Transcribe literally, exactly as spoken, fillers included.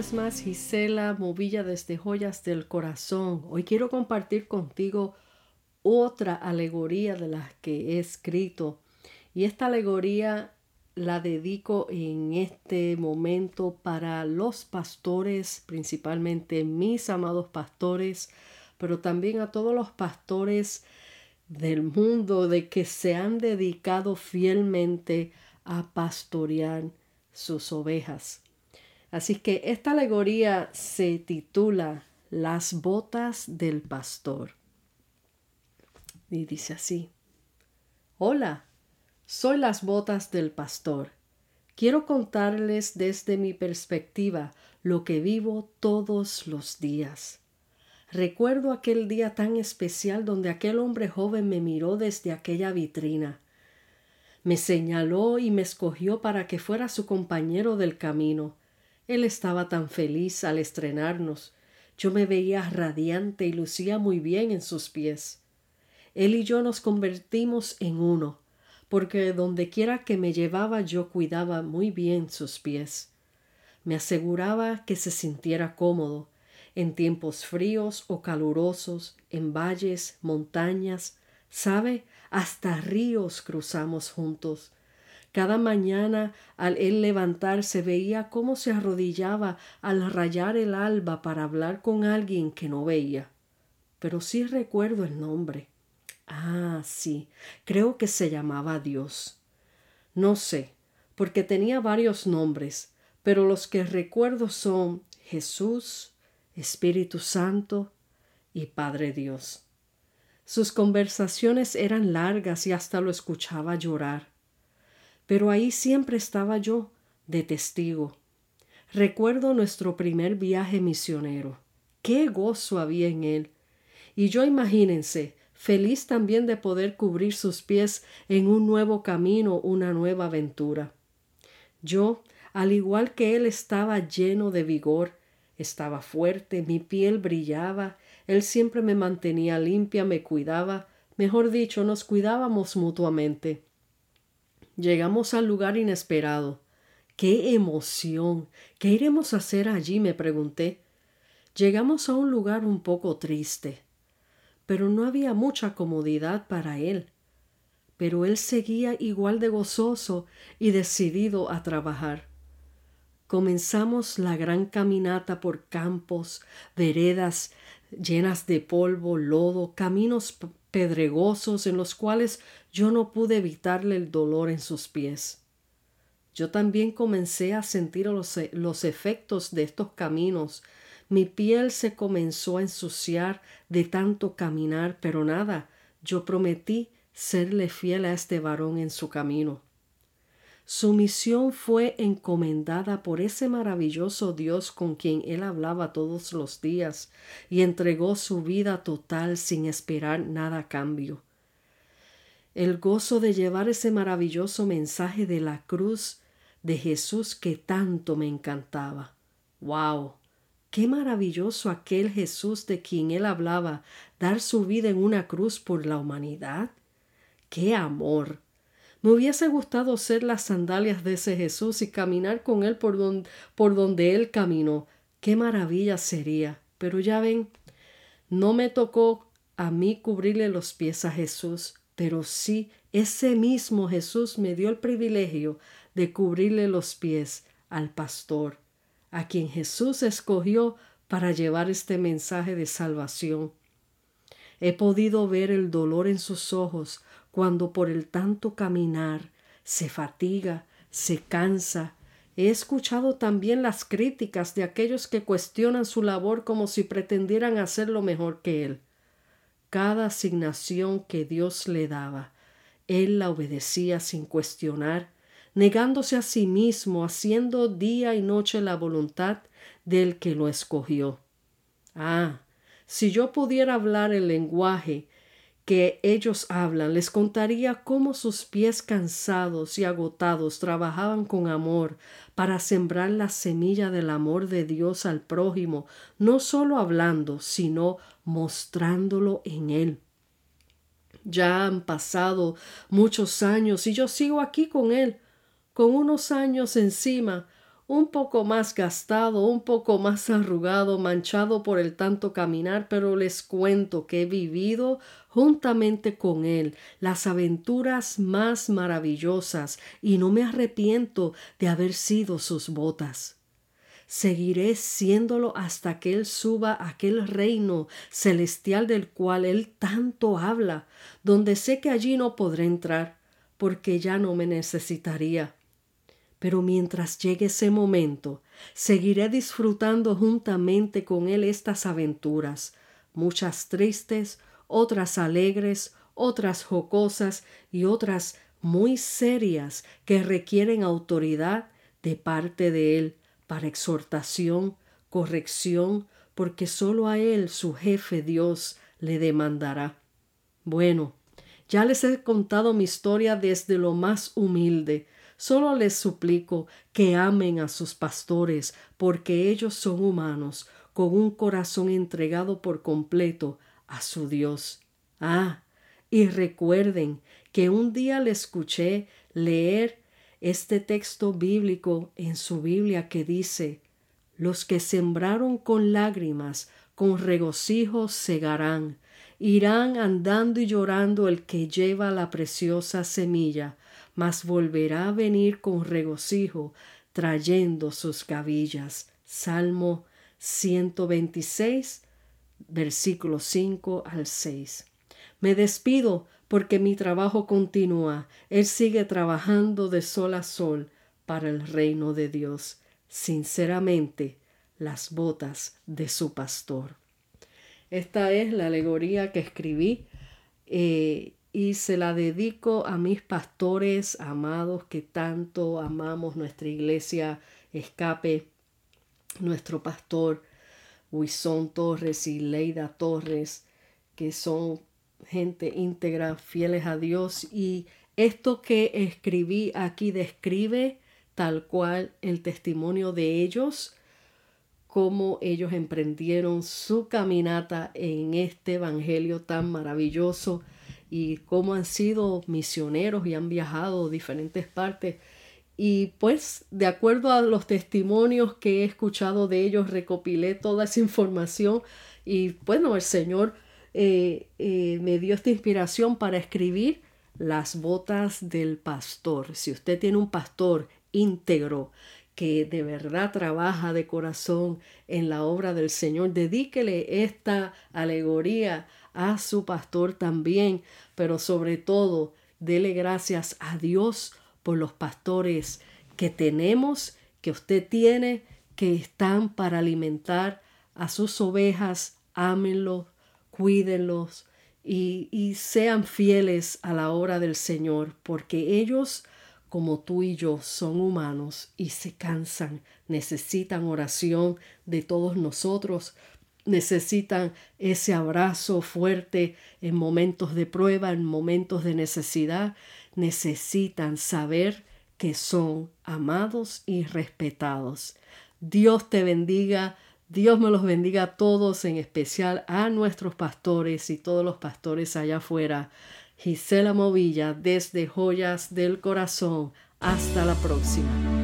vez más Gisela Movilla desde Joyas del Corazón. Hoy quiero compartir contigo otra alegoría de las que he escrito. Y esta alegoría la dedico en este momento para los pastores, principalmente mis amados pastores, pero también a todos los pastores del mundo de que se han dedicado fielmente a pastorear sus ovejas. Así que esta alegoría se titula Las botas del pastor. Y dice así: Hola, soy las botas del pastor. Quiero contarles desde mi perspectiva lo que vivo todos los días. Recuerdo aquel día tan especial donde aquel hombre joven me miró desde aquella vitrina. Me señaló y me escogió para que fuera su compañero del camino. Él estaba tan feliz al estrenarnos. Yo me veía radiante y lucía muy bien en sus pies. Él y yo nos convertimos en uno, porque dondequiera que me llevaba yo cuidaba muy bien sus pies. Me aseguraba que se sintiera cómodo, en tiempos fríos o calurosos, en valles, montañas, ¿sabe? Hasta ríos cruzamos juntos. Cada mañana al él levantarse veía cómo se arrodillaba al rayar el alba para hablar con alguien que no veía. Pero sí recuerdo el nombre. Ah, sí, creo que se llamaba Dios. No sé, porque tenía varios nombres, pero los que recuerdo son Jesús, Espíritu Santo y Padre Dios. Sus conversaciones eran largas y hasta lo escuchaba llorar. Pero ahí siempre estaba yo, de testigo. Recuerdo nuestro primer viaje misionero. ¡Qué gozo había en él! Y yo, imagínense, feliz también de poder cubrir sus pies en un nuevo camino, una nueva aventura. Yo, al igual que él, estaba lleno de vigor, estaba fuerte, mi piel brillaba, él siempre me mantenía limpia, me cuidaba, mejor dicho, nos cuidábamos mutuamente. Llegamos al lugar inesperado. ¡Qué emoción! ¿Qué iremos a hacer allí?, me pregunté. Llegamos a un lugar un poco triste, pero no había mucha comodidad para él. Pero él seguía igual de gozoso y decidido a trabajar. Comenzamos la gran caminata por campos, veredas llenas de polvo, lodo, caminos pedregosos en los cuales yo no pude evitarle el dolor en sus pies. Yo también comencé a sentir los, los efectos de estos caminos. Mi piel se comenzó a ensuciar de tanto caminar, pero nada, yo prometí serle fiel a este varón en su camino. Su misión fue encomendada por ese maravilloso Dios con quien él hablaba todos los días y entregó su vida total sin esperar nada a cambio. El gozo de llevar ese maravilloso mensaje de la cruz de Jesús que tanto me encantaba. ¡Wow! ¡Qué maravilloso aquel Jesús de quien él hablaba, dar su vida en una cruz por la humanidad! ¡Qué amor! Me hubiese gustado ser las sandalias de ese Jesús y caminar con él por donde, por donde él caminó. ¡Qué maravilla sería! Pero ya ven, no me tocó a mí cubrirle los pies a Jesús, pero sí, ese mismo Jesús me dio el privilegio de cubrirle los pies al pastor, a quien Jesús escogió para llevar este mensaje de salvación. He podido ver el dolor en sus ojos cuando por el tanto caminar se fatiga, se cansa. He escuchado también las críticas de aquellos que cuestionan su labor como si pretendieran hacerlo mejor que él. Cada asignación que Dios le daba, él la obedecía sin cuestionar, negándose a sí mismo, haciendo día y noche la voluntad del que lo escogió. Ah, si yo pudiera hablar el lenguaje que ellos hablan, les contaría cómo sus pies cansados y agotados trabajaban con amor para sembrar la semilla del amor de Dios al prójimo, no solo hablando, sino mostrándolo en él. Ya han pasado muchos años y yo sigo aquí con él, con unos años encima, un poco más gastado, un poco más arrugado, manchado por el tanto caminar, pero les cuento que he vivido juntamente con él las aventuras más maravillosas y no me arrepiento de haber sido sus botas. Seguiré siéndolo hasta que él suba a aquel reino celestial del cual él tanto habla, donde sé que allí no podré entrar, porque ya no me necesitaría. Pero mientras llegue ese momento, seguiré disfrutando juntamente con él estas aventuras, muchas tristes, otras alegres, otras jocosas y otras muy serias que requieren autoridad de parte de él para exhortación, corrección, porque solo a él su jefe Dios le demandará. Bueno, ya les he contado mi historia desde lo más humilde. Solo les suplico que amen a sus pastores, porque ellos son humanos, con un corazón entregado por completo a su Dios. Ah, y recuerden que un día le escuché leer este texto bíblico en su Biblia que dice: los que sembraron con lágrimas, con regocijo segarán. Irán andando y llorando el que lleva la preciosa semilla, mas volverá a venir con regocijo, trayendo sus gavillas. Salmo ciento veintiséis, versículos cinco al seis. Me despido porque mi trabajo continúa. Él sigue trabajando de sol a sol para el reino de Dios. Sinceramente, las botas de su pastor. Esta es la alegoría que escribí eh, y se la dedico a mis pastores amados que tanto amamos, nuestra iglesia Escape, nuestro pastor Wison Torres y Leida Torres, que son gente íntegra, fieles a Dios, y esto que escribí aquí describe tal cual el testimonio de ellos, cómo ellos emprendieron su caminata en este evangelio tan maravilloso y cómo han sido misioneros y han viajado a diferentes partes. Y pues, de acuerdo a los testimonios que he escuchado de ellos, recopilé toda esa información y bueno, el Señor eh, eh, me dio esta inspiración para escribir Las botas del pastor. Si usted tiene un pastor íntegro que de verdad trabaja de corazón en la obra del Señor, dedíquele esta alegoría a su pastor también, pero sobre todo, dele gracias a Dios por los pastores que tenemos, que usted tiene, que están para alimentar a sus ovejas. Ámenlos, cuídenlos y, y sean fieles a la obra del Señor, porque ellos, como tú y yo, son humanos y se cansan, necesitan oración de todos nosotros, necesitan ese abrazo fuerte en momentos de prueba, en momentos de necesidad, necesitan saber que son amados y respetados. Dios te bendiga, Dios me los bendiga a todos, en especial a nuestros pastores y todos los pastores allá afuera. Gisela Movilla, desde Joyas del Corazón. Hasta la próxima.